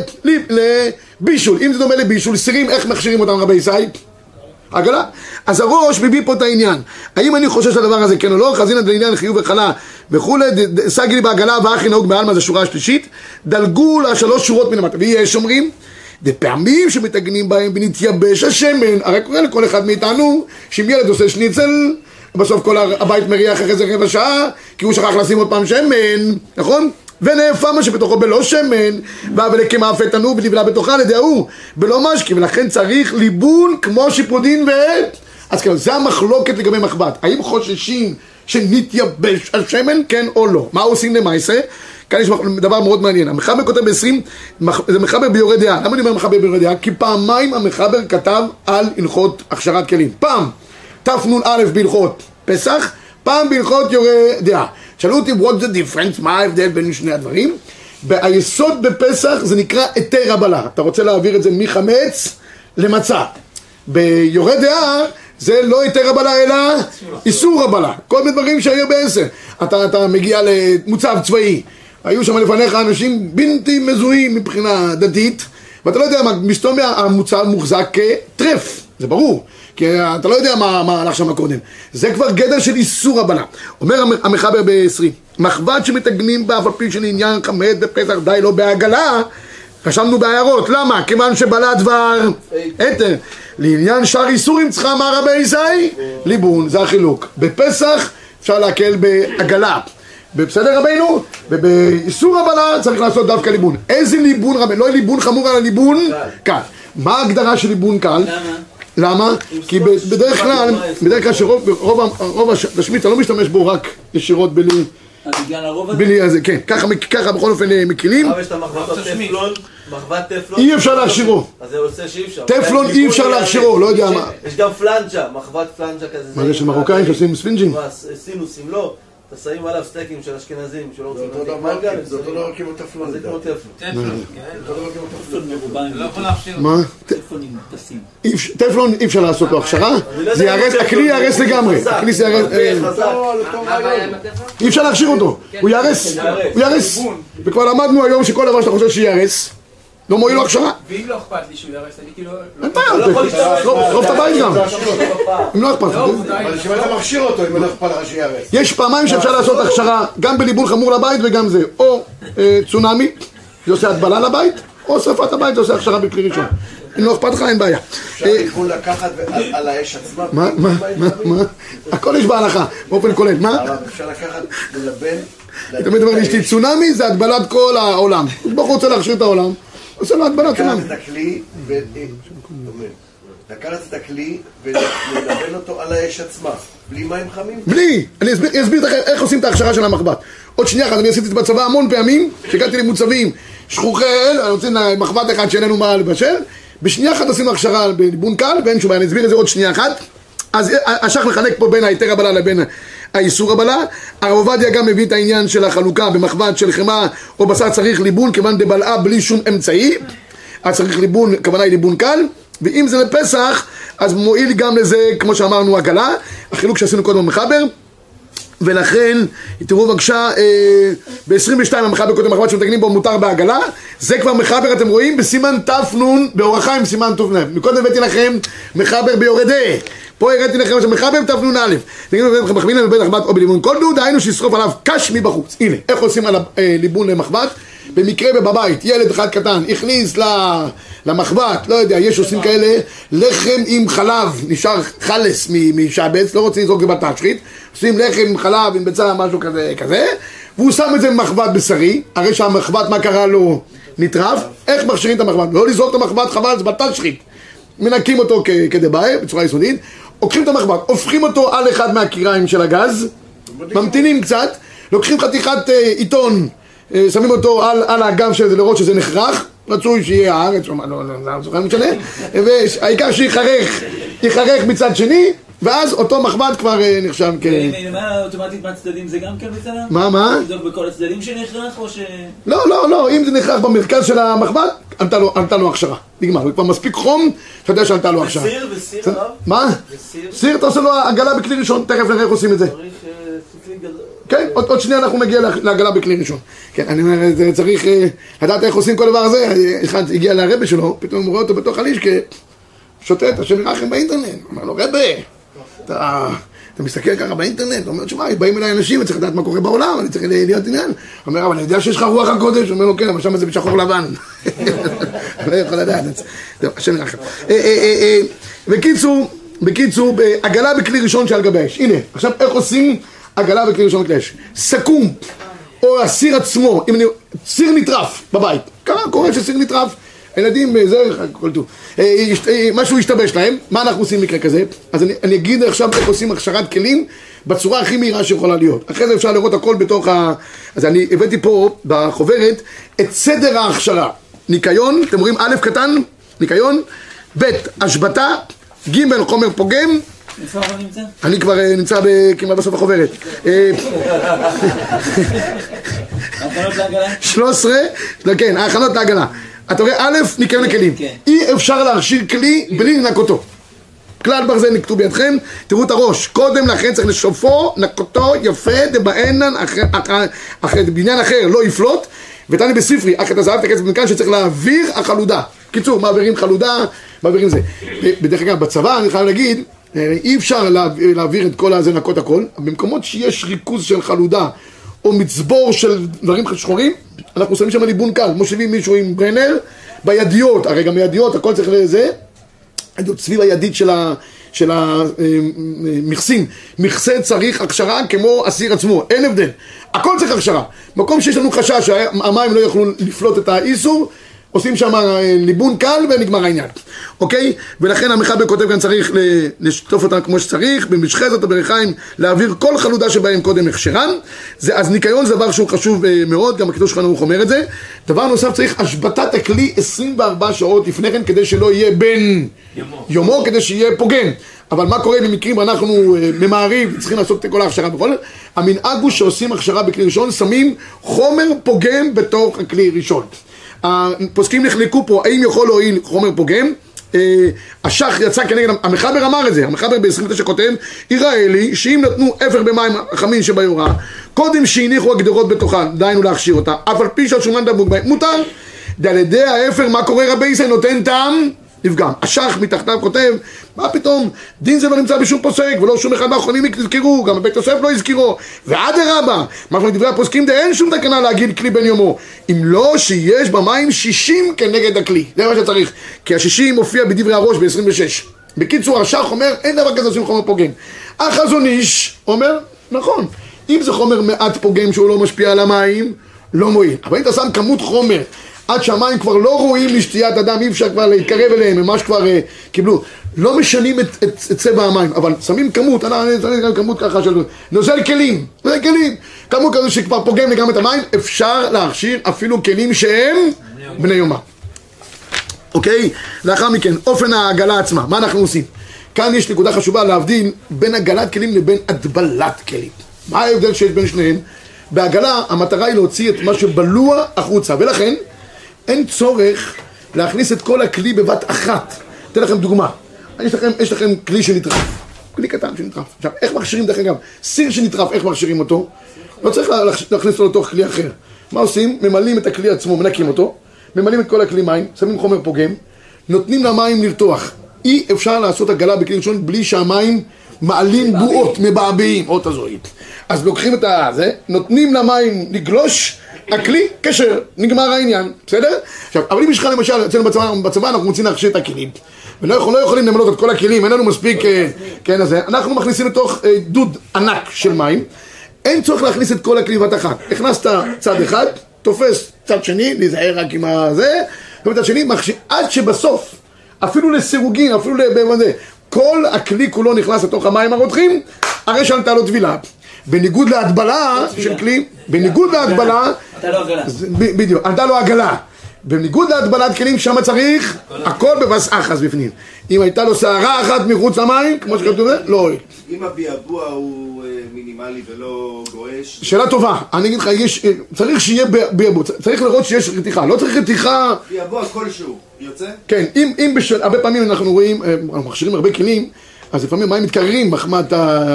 A: לבישול. אם זה דומה לבישול, סירים, איך מכשירים אותם רבי ישי? עגלה. אז הראש מביא פה את העניין. האם אני חושש לדבר הזה כן או לא? חזין את העניין חיוב וחלה וכולי, סגי לי בעגלה ואחי נהוג בעלמא, זה שורה השלישית, דלגו לשלוש שורות מלמטה. ויש אומרים, פעמים שמתגנים בהם ונתייבש השמן, הרי קורא לכל אחד מאיתנו שאם ילד עושה שניצל, בסוף כל הבית מריח אחרי זה רבע שעה, כי הוא שכח לשים עוד פעם שמן, נכון? ונאפה מה שבתוכו בלא שמן, ולקמה אפה תנור ונבלה בתוכה לידי ההוא, בלא משקי, ולכן צריך ליבון כמו שיפודין ועט. אז כאילו, זה המחלוקת לגבי מחבת. האם חוששים שנתייבש השמן, כן או לא? מה עושים למעשה? כאן יש דבר מאוד מעניין. המחבר כותב ב-20, זה מחבר ביורה דעה. למה אני אומר מחבר ביורה דעה? כי פעמיים המחבר כתב על הלכות הכשרת כלים. פעם תנ"א בהלכות פסח, פעם בהלכות יורה דעה. שאלו אותי, what the difference? מה ההבדל בין שני הדברים? היסוד בפסח זה נקרא היתר הבלה. אתה רוצה להעביר את זה מחמץ למצה. ביורה דעה זה לא היתר הבלה אלא איסור הבלה. כל מיני דברים שהיו בעשר. אתה מגיע למוצב צבאי. היו שם לפניך אנשים בלתי מזוהים מבחינה דתית, ואתה לא יודע מה, מסתום המוצב מוחזק כטרף, זה ברור, כי אתה לא יודע מה הלך שם קודם. זה כבר גדר של איסור הבלה. אומר המחבר ב-20, מחבת שמתגנים בה אף על פי של עניין חמץ בפסח די לא בעגלה, רשמנו בהערות, למה? כיוון שבלה דבר היתר. לעניין שאר איסורים צריכה מה רבי ישי? ליבון, זה החילוק. בפסח אפשר להקל בעגלה. בסדר רבינו? ובאיסור הבלה צריך לעשות דווקא ליבון. איזה ליבון רבינו? לא ליבון חמור אלא ליבון קל. מה ההגדרה של ליבון קל? למה? כי בדרך כלל שרוב השמיטה לא משתמש בו רק ישירות בלי...
C: בגלל הרוב הזה?
A: בלי הזה, כן. ככה בכל אופן מקילים.
G: אבל יש את המחבת טפלון, מחבת טפלון.
A: אי אפשר להכשירו.
G: אז זה עושה שאי אפשר.
A: טפלון אי אפשר להכשירו, לא יודע מה.
G: יש גם פלנג'ה, מחבת פלנג'ה כזה.
A: מה זה של מרוקאים שעושים ספינג'ים?
G: סינוסים, לא. אתה שמים עליו סטייקים של אשכנזים שלא רוצים
F: להדליק מלגל, זה אותו דבר כמו טפלון.
G: זה כמו טפלון.
E: טפלון מרובעים. לא יכול להכשיר.
A: מה?
C: טפלונים טסים.
A: טפלון אי אפשר לעשות לו הכשרה, זה יערס, הכלי יערס לגמרי. הכלי יערס... אי אפשר להכשיר אותו, הוא יערס. וכבר למדנו היום שכל דבר שאתה חושב שיערס, לא מועיל לו הכשרה.
E: ואם לא אכפת לי שהוא יערס, אני כאילו...
A: אין בעיה, שרוף את הבית גם. אם לא אכפת לי.
F: אבל אם אתה מכשיר אותו, אם לא אכפת לך שיערס.
A: יש פעמיים שאפשר לעשות הכשרה, גם בליבון חמור לבית וגם זה. או צונאמי, זה עושה הדבלה לבית, או שרפת הבית, זה עושה הכשרה בכלי ראשון. אם לא אכפת לך, אין בעיה.
F: אפשר ליבון לקחת על האש עצמה?
A: מה? הכל יש בהלכה, באופן כולל, מה?
F: אבל אפשר לקחת ללבן...
A: תמיד אומר לי, יש לי צונאמי, זה הגבלת כל העולם. בחור רוצה להכשיר את העולם, עושה לו הגבלת צונאמי.
F: לקחת את הכלי לקחת את הכלי וללבן אותו על האש עצמה, בלי מים חמים?
A: בלי! אני אסביר לכם איך עושים את ההכשרה של המחבת. עוד שנייה אחת, אני עשיתי את זה בצבא המון פעמים, שהגעתי למוצבים שכוחי אל, אני רוצה מחבת אחד שאין לנו מה לבשל, בשנייה אחת עשינו הכשרה בליבון קל, ואין שום בעיה, אני אסביר את זה עוד שנייה אחת. אז השייך לחלק פה בין היתר הבלה לבין האיסור הבלה. הרב עובדיה גם מביא את העניין של החלוקה במחבת של חמאה או בשר צריך ליבון, כיוון דבלעה בלי שום אמצעי, אז צריך ליבון, הכוונה היא ליבון קל, ואם זה לפסח, אז מועיל גם לזה, כמו שאמרנו, עגלה, החילוק שעשינו קודם במחבר, ולכן, תראו בבקשה, ב-22 המחבר קודם מחבת שמתקנים בו מותר בעגלה, זה כבר מחבר, אתם רואים, בסימן תפנון, באורחה עם סימן תופנון. מקודם הבאתי לכם מחבר ביורדה, פה הראיתי לכם שמחבר תפנון א', תגידו בבית מחבין לבית מחבת או בליבון כל דוד, היינו שישרוף עליו קש מבחוץ. הנה, איך עושים על ליבון למחבת? במקרה ובבית, ילד אחד קטן הכניס למחבת, לא יודע, יש עושים כאלה, לחם עם חלב, נשאר חלס משבץ, לא רוצים לזרוק בבת תשחית, עושים לחם עם חלב, עם ביצה, משהו כזה, והוא שם את זה במחבת בשרי, הרי שהמחבת, מה קרה לו? נטרף. איך מכשירים את המחבת? לא לזרוק את המחבת, חבל, זה בת תשחית. מנקים אותו כדבעי, בצורה יסודית, לוקחים את המחבת, הופכים אותו על אחד מהקיריים של הגז, ממתינים קצת, לוקחים חתיכת עיתון, שמים אותו על הגב של זה לראות שזה נחרך, רצוי שיהיה הארץ, לא משנה, והעיקר שיחרך מצד שני, ואז אותו מחבת כבר נחשב כ...
C: מה אוטומטית מהצדדים זה גם כן בצלם?
A: מה?
C: לבדוק בכל הצדדים שנחרך או ש...
A: לא, אם זה נחרך במרכז של המחבת, עלתה לו הכשרה, נגמר, הוא כבר מספיק חום, אתה יודע שעלתה לו הכשרה.
G: וסיר הרב?
A: מה? סיר, אתה עושה לו עגלה בכלי ראשון, תכף נראה איך עושים את זה. כן, עוד שנייה אנחנו נגיע לעגלה בכלי ראשון. כן, אני אומר, צריך לדעת איך עושים כל דבר הזה. אחד הגיע לרבא שלו, פתאום הוא רואה אותו בתוך הלישקה, שותה את השם ירחם באינטרנט. הוא אומר לו, רבא, אתה מסתכל ככה באינטרנט, הוא אומר, תשמע, באים אליי אנשים, אני צריך לדעת מה קורה בעולם, אני צריך להיות עניין. הוא אומר, אבל אני יודע שיש לך רוח הקודש. הוא אומר לו, כן, אבל שם זה בשחור לבן. לא יכול לדעת. טוב, השם ירחם. בקיצור, עגלה בכלי ראשון שעל גבי האש. הנה, עכשיו איך עושים עגלה בכלי ראשון בכלי אש? סכו"ם, או הסיר עצמו, סיר נטרף בבית. קורה שסיר נטרף, הילדים, זה, כל טוב. משהו ישתבש להם, מה אנחנו עושים במקרה כזה? אז אני אגיד עכשיו איך עושים הכשרת כלים בצורה הכי מהירה שיכולה להיות. אחרי זה אפשר לראות הכל בתוך אז אני הבאתי פה בחוברת את סדר ההכשרה. ניקיון, אתם רואים א' קטן, ניקיון, ב' השבתה, ג' חומר פוגם.
C: איפה אתה נמצא?
A: אני כבר נמצא כמעט בסוף החוברת. 13, כן, ההכנות לעגלה. אתה רואה, א', ניקיון לכלים. אי אפשר להכשיר כלי בלי לנקותו. כלל ברזל נקטו בידכם, תראו את הראש. קודם לכן צריך לשופו, נקותו, יפה, דבענן, אחרי בניין אחר לא יפלוט. ותני בספרי, אחרי הזהב את הכסף מכאן שצריך להעביר החלודה. קיצור, מעבירים חלודה, מעבירים זה. בדרך כלל בצבא, אני חייב להגיד, אי אפשר להעביר את כל הזה, לנקות הכל. במקומות שיש ריכוז של חלודה, או מצבור של דברים שחורים, אנחנו שמים שם ליבון קל, מושיבים מישהו עם ברנר, בידיות, הרי גם בידיות, הכל צריך לזה, סביב הידית של המכסים, מכסה צריך הכשרה כמו אסיר עצמו, אין הבדל, הכל צריך הכשרה, מקום שיש לנו חשש שהמים לא יוכלו לפלוט את האיסור, עושים שם ליבון קל ונגמר העניין, אוקיי? ולכן המחבר כותב כאן צריך לשטוף אותם כמו שצריך, במשחזת או בריחיים, להעביר כל חלודה שבהם קודם הכשרן. אז ניקיון זה דבר שהוא חשוב מאוד, גם הקדוש שלנו אומר את זה. דבר נוסף, צריך השבתת הכלי 24 שעות לפני כן, כדי שלא יהיה בין יומו, כדי שיהיה פוגם. אבל מה קורה במקרים אנחנו ממהרים, צריכים לעשות את כל ההכשרה בכל זאת? המנהג הוא שעושים הכשרה בכלי ראשון, שמים חומר פוגם בתוך הכלי ראשון. הפוסקים נחלקו פה, האם יכול להועיל חומר פוגם? השח יצא כנגד, המחבר אמר את זה, המחבר ב-29 כותב, יראה לי שאם נתנו אפר במים חמין שביורה, קודם שהניחו הגדרות בתוכה, דיינו להכשיר אותה, אף על פי שהשומן דבוק בהם, מותר. על ידי האפר, מה קורה רבי ישראל? נותן טעם לפגם. השח מתחתיו כותב, מה פתאום, דין זה לא נמצא בשום פוסק, ולא שום אחד מהאחרונים יזכרו, גם בבית יוסף לא יזכרו, ועדרבא, מה שמדברי הפוסקים, אין שום תקנה להגיד כלי בן יומו, אם לא שיש במים 60 כנגד הכלי, זה מה שצריך, כי ה-60 מופיע בדברי הראש ב-26. בקיצור, השח אומר, אין דבר כזה שעושים חומר פוגם. החזון איש אומר, נכון, אם זה חומר מעט פוגם שהוא לא משפיע על המים, לא מועיל. אבל אם אתה שם כמות חומר, עד שהמים כבר לא רואים לשתיית אדם, אי אפשר כבר להתקרב אליהם, ממש כבר קיבלו, לא משנים את צבע המים, אבל שמים כמות, כמות ככה של נוזל כלים, כמות כזו שכבר פוגם לגמרי את המים, אפשר להכשיר אפילו כלים שהם בני יומה. אוקיי? לאחר מכן, אופן ההגלה עצמה, מה אנחנו עושים? כאן יש נקודה חשובה להבדיל בין הגלת כלים לבין הדבלת כלים. מה ההבדל שיש בין שניהם? בהגלה המטרה היא להוציא את מה שבלוע החוצה, ולכן אין צורך להכניס את כל הכלי בבת אחת. אתן לכם דוגמה, יש לכם כלי שנטרף, כלי קטן שנטרף. עכשיו, איך מכשירים דרך אגב? סיר שנטרף, איך מכשירים אותו? לא צריך להכניס אותו לתוך כלי אחר. מה עושים? ממלאים את הכלי עצמו, מנקים אותו, ממלאים את כל הכלי מים, שמים חומר פוגם, נותנים למים לרתוח. אי אפשר לעשות הגלה בכלי ראשון בלי שהמים מעלים בועות, מבעבעים, אות הזוהית. אז לוקחים את זה, נותנים למים לגלוש, הכלי, קשר, נגמר העניין, בסדר? עכשיו, אבל אם יש לך למשל, אצלנו בצבא אנחנו רוצים להכשיר את הכלים, ולא יכולים למלות את כל הכלים, אין לנו מספיק, כן, אז אנחנו מכניסים לתוך דוד ענק של מים, אין צורך להכניס את כל הכלי בת אחת. הכנסת צד אחד, תופס צד שני, להיזהר רק עם הזה, ובצד שני, עד שבסוף, אפילו לסירוגין, אפילו לבזה, כל הכלי כולו נכנס לתוך המים הרותחים, הרי שעלתה לו טבילה. בניגוד להדבלה של כלי, בניגוד להדבלה, בדיוק, עלתה לו הגלה. בניגוד להדבלת כלים, שם צריך הכל בבס אחס בפנים. אם הייתה לו שערה אחת מחוץ למים, כמו שכתוב זה, לא הועיל.
B: אם הביאבוע הוא מינימלי ולא גועש...
A: שאלה טובה, אני אגיד לך, צריך שיהיה ביאבוע, צריך לראות שיש רתיחה, לא צריך רתיחה...
B: ביאבוע כלשהו, יוצא?
A: כן, אם הרבה פעמים אנחנו רואים, אנחנו מכשירים הרבה כלים, אז לפעמים מים מתקררים מחמת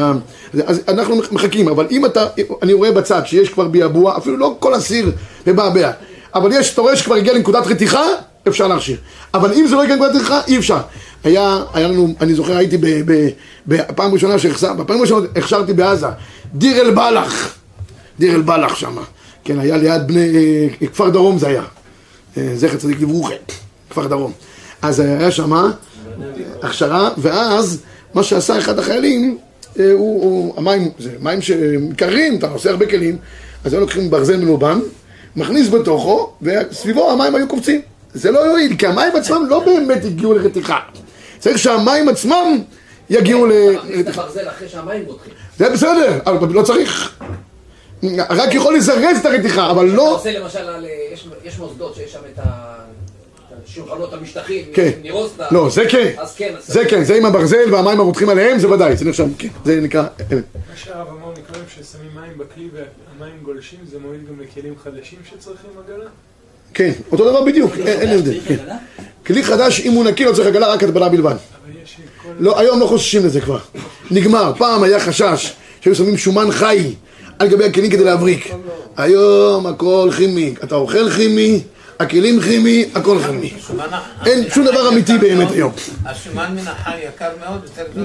A: אז אנחנו מחכים, אבל אם אני רואה בצד שיש כבר ביאבוע, אפילו לא כל הסיר מבעבע, אבל אתה רואה שכבר הגיע לנקודת רתיחה, אפשר להכשיר. אבל אם זה לא הגיע לנקודת רתיחה, אי אפשר. היה לנו, אני זוכר, הייתי בפעם ראשונה הכשרתי בעזה, דיר אל בלח שם. כן, היה ליד כפר דרום זה היה. זכר צדיק לברכה, כפר דרום. אז היה שם הכשרה, ואז מה שעשה אחד החיילים, המים, זה מים שמקררים, אתה עושה הרבה כלים, אז הם לוקחים ברזל מלובן, מכניס בתוכו, וסביבו המים היו קופצים. זה לא יועיל, כי המים עצמם לא באמת הגיעו לרתיחה. צריך שהמים עצמם יגיעו לרתיחה.
D: להכניס את הברזל אחרי שהמים בוטחים.
A: זה בסדר, אבל לא צריך. רק יכול לזרז את הרתיחה, אבל לא...
D: אתה עושה למשל, יש מוסדות שיש שם את השולחנות המשטחים, נירוס את ה...
A: לא, זה כן.
D: אז כן.
A: זה כן, זה עם הברזל והמים הרותחים עליהם, זה ודאי, זה נחשב, כן. זה נקרא...
H: מה שהרב אמר מקודם, ששמים מים בכלי והמים גולשים, זה מועיל גם לכלים חדשים שצריכים הגלה?
A: כן, אותו דבר בדיוק, אין הבדל. כלי חדש, אם הוא נקי, לא צריך הגלה, רק הדבלה בלבד. לא, היום לא חוששים לזה כבר. נגמר, פעם היה חשש שהיו שמים שומן חי על גבי הכלים כדי להבריק. היום הכל כימי, אתה אוכל כימי, הכלים כימי, הכל כימי. אין שום דבר אמיתי באמת היום.
I: השומן מן החי יקר מאוד,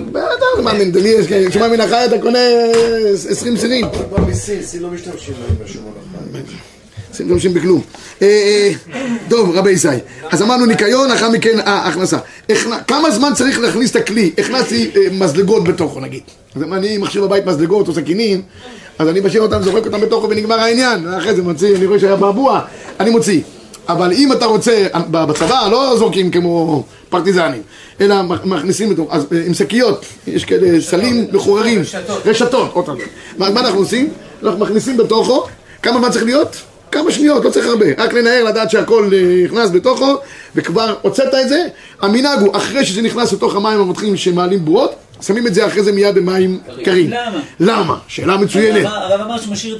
A: שומן מן החי אתה קונה 20 סירים.
F: סין לא משתמשים בשומן החי.
A: סין לא משתמשים בכלום. טוב, רבי ישי, אז אמרנו ניקיון, אחר מכן הכנסה. כמה זמן צריך להכניס את הכלי? הכנסתי מזלגות בתוכו נגיד. אז אני מחשיב בבית מזלגות או סכינים, אז אני משאיר אותם, זורק אותם בתוכו ונגמר העניין. אחרי זה מוציא, אני רואה שהיה בעבוע, אני מוציא. אבל אם אתה רוצה, בצבא לא זורקים כמו פרטיזנים, אלא מכניסים אותו, אז עם שקיות, יש כאלה סלים מחוררים, רשתות. מה אנחנו עושים? אנחנו מכניסים בתוכו, כמה מה צריך להיות? כמה שניות, לא צריך הרבה, רק לנער לדעת שהכל נכנס בתוכו, וכבר הוצאת את זה. המנהג הוא, אחרי שזה נכנס לתוך המים המותחים שמעלים בועות, שמים את זה אחרי זה מיד במים קרים. למה? שאלה מצוינת.
C: הרב אמר שמשאיר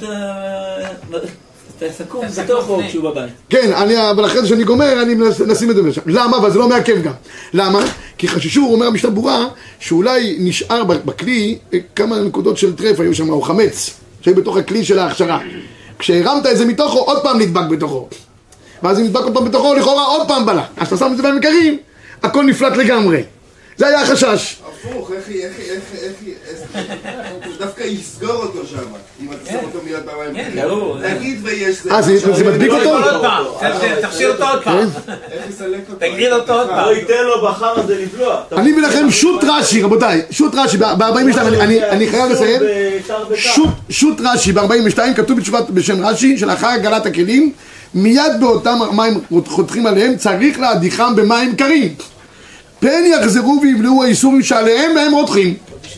C: את הסכו"ם בתוכו כשהוא בבית.
A: כן, אבל אחרי זה שאני גומר, אני נשים את זה בשם. למה? אבל זה לא מעכב גם. למה? כי חששו, אומר המשנה ברורה, שאולי נשאר בכלי כמה נקודות של טרף היו שם, או חמץ, שהיו בתוך הכלי של ההכשרה. כשהרמת את זה מתוכו, עוד פעם נדבק בתוכו. ואז אם נדבק עוד פעם בתוכו, לכאורה עוד פעם בלה. אז אתה שם את זה במים קרים, הכל נפלט לגמרי. זה היה החשש.
B: הפוך, דווקא יסגור אותו שם, אם אתה שם אותו מיד במים. תגיד ויש זה.
A: זה מדביק אותו?
I: תכשיר אותו עוד פעם.
B: איך יסלק אותו?
I: תגריל אותו עוד פעם.
G: לא ייתן לו בחר הזה לבלוע.
A: אני מביא לכם שוט רש"י, רבותיי. שוט רש"י, ב-42, אני חייב לסיים. שוט רש"י, ב-42, כתוב בתשובת בשם רש"י, שלאחר הגלת הכלים, מיד באותם מים חותכים עליהם, צריך להדיחם במים קרים. פן יחזרו ויבלעו האיסורים שעליהם והם רותחים.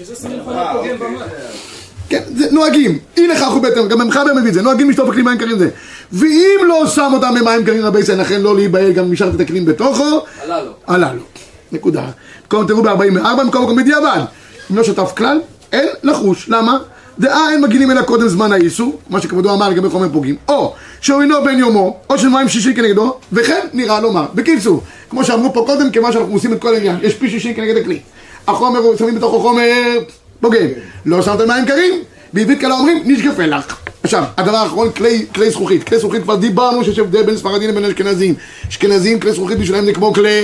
A: כן, זה נוהגים. אי לכך הוא בטח, גם מחבר מביא את זה, נוהגים לשטוף הכלים מים קרים זה. ואם לא שם אותם במים קרים רבי ישראל, לכן לא להיבהל, גם משארת את הכלים בתוכו, עלה לו. נקודה. מקום תראו ב-44, מקום בדיעבד. אם לא שטף כלל, אין לחוש. למה? דעה אין מגינים אלא קודם זמן האיסור, מה שכבודו אמר לגבי חומר פוגעים, או שהוא אינו בן יומו, או של מים שישי כנגדו, וכן נראה לומר. בקיצור, כמו שאמרו פה קודם, כמה שאנחנו עושים את כל העניין, יש פי שישי כנגד הכלי. החומר, שמים בתוכו חומר פוגם. לא שמתם מים קרים, בעברית קלה אומרים, נשקפה לך. עכשיו, הדבר האחרון, כלי זכוכית. כלי זכוכית כבר דיברנו שיש הבדל בין ספרדים לבין אשכנזים. אשכנזים, כלי זכוכית בשבילם זה כמו כלי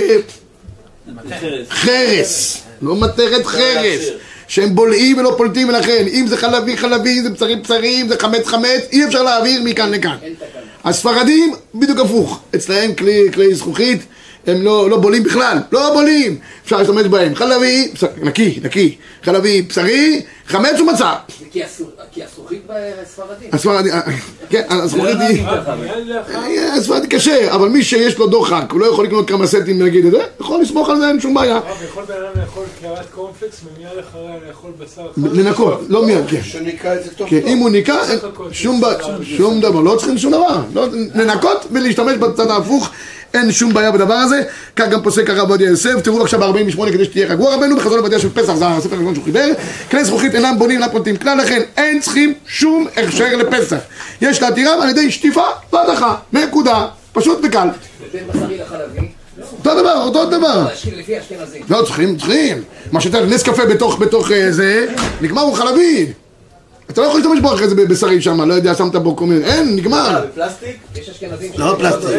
A: חרס. לא מתרת חרס. שהם בולעים ולא פולטים, ולכן אם זה חלבי חלבי, זה בשרים בשרים, זה חמץ חמץ, אי אפשר להעביר מכאן לכאן. הספרדים בדיוק הפוך, אצלהם כלי זכוכית הם לא בולים בכלל, לא בולים, אפשר להשתמש בהם, חלבי, נקי, חלבי, בשרי, חמץ ומצה.
D: כי הזכוכית בספרדים.
A: הספרדים, כן, הזכוכית היא... הספרדים קשה, אבל מי שיש לו דוחק, הוא לא יכול לקנות כמה סטים ולהגיד את זה, יכול לסמוך על זה, אין שום בעיה.
H: יכול בן אדם לאכול קערת קורנפלקס, ומיד אחריה לאכול בשר חד.
A: לנקות, לא מיד, כן.
F: שניקה את זה טוב.
A: אם הוא ניקה, שום דבר, לא צריכים שום דבר. לנקות ולהשתמש בצד ההפוך. אין שום בעיה בדבר הזה, כך גם פוסק הרב עובדיה יוסף. תראו עכשיו ב-48 כדי שתהיה רגוע רבנו בחזון עובדיה של פסח, זה הספר הראשון שהוא חיבר. כלי זכוכית אינם בונים אינם פולטים כלל, לכן אין צריכים שום הכשר לפסח. יש להתירם על ידי שטיפה והדחה, נקודה, פשוט וקל.
D: בין בשרי לחלבי
A: אותו דבר.
D: לפי אשכנזים.
A: לא, צריכים. מה שאתה נס קפה בתוך זה, נגמר הוא חלבי. אתה לא יכול להשתמש בו אחרי זה בשרים שם, לא יודע, שמת בו כל מיני, אין, נגמר.
G: בפלסטיק?
D: יש אשכנזים
A: לא פלסטיק.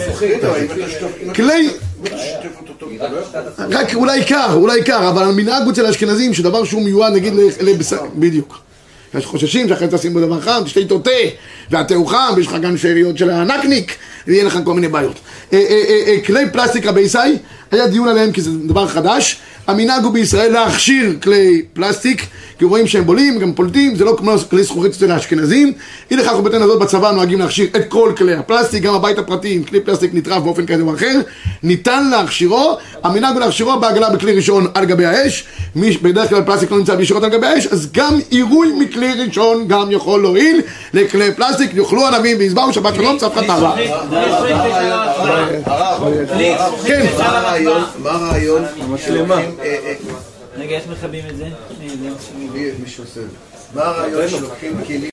A: כלי, רק אולי קר, אבל המנהג אצל האשכנזים שדבר שהוא מיועד נגיד לבשר, בדיוק. יש חוששים שאחרי תשים בו דבר חם, תשתה איתו תה, והתה הוא חם, ויש לך גם שאריות של הנקניק, ויהיה לך כל מיני בעיות. כלי פלסטיק רבי ישי, היה דיון עליהם כי זה דבר חדש. המנהג הוא בישראל להכשיר כלי פלסטיק, כי רואים שהם בולים, גם פולטים, זה לא כמו כלי זכוכית אצל האשכנזים. אי לכך ובתן הזאת בצבא נוהגים להכשיר את כל כלי הפלסטיק, גם הבית הפרטי עם כלי פלסטיק נטרף באופן כזה או אחר, ניתן להכשירו. המנהג הוא להכשירו בעגלה בכלי ראשון על גבי האש. בדרך כלל פלסטיק לא נמצא בישירות על גבי האש, אז גם עירוי מכלי ראשון גם יכול להועיל לכלי פלסטיק. יאכלו ענבים ויסברו שבת שלום, צפחת ארבע. כן.
F: מה הרעיון?
C: רגע, איך מכבים את זה?
F: מישהו עושה. מה הרעיון שלוקחים כלים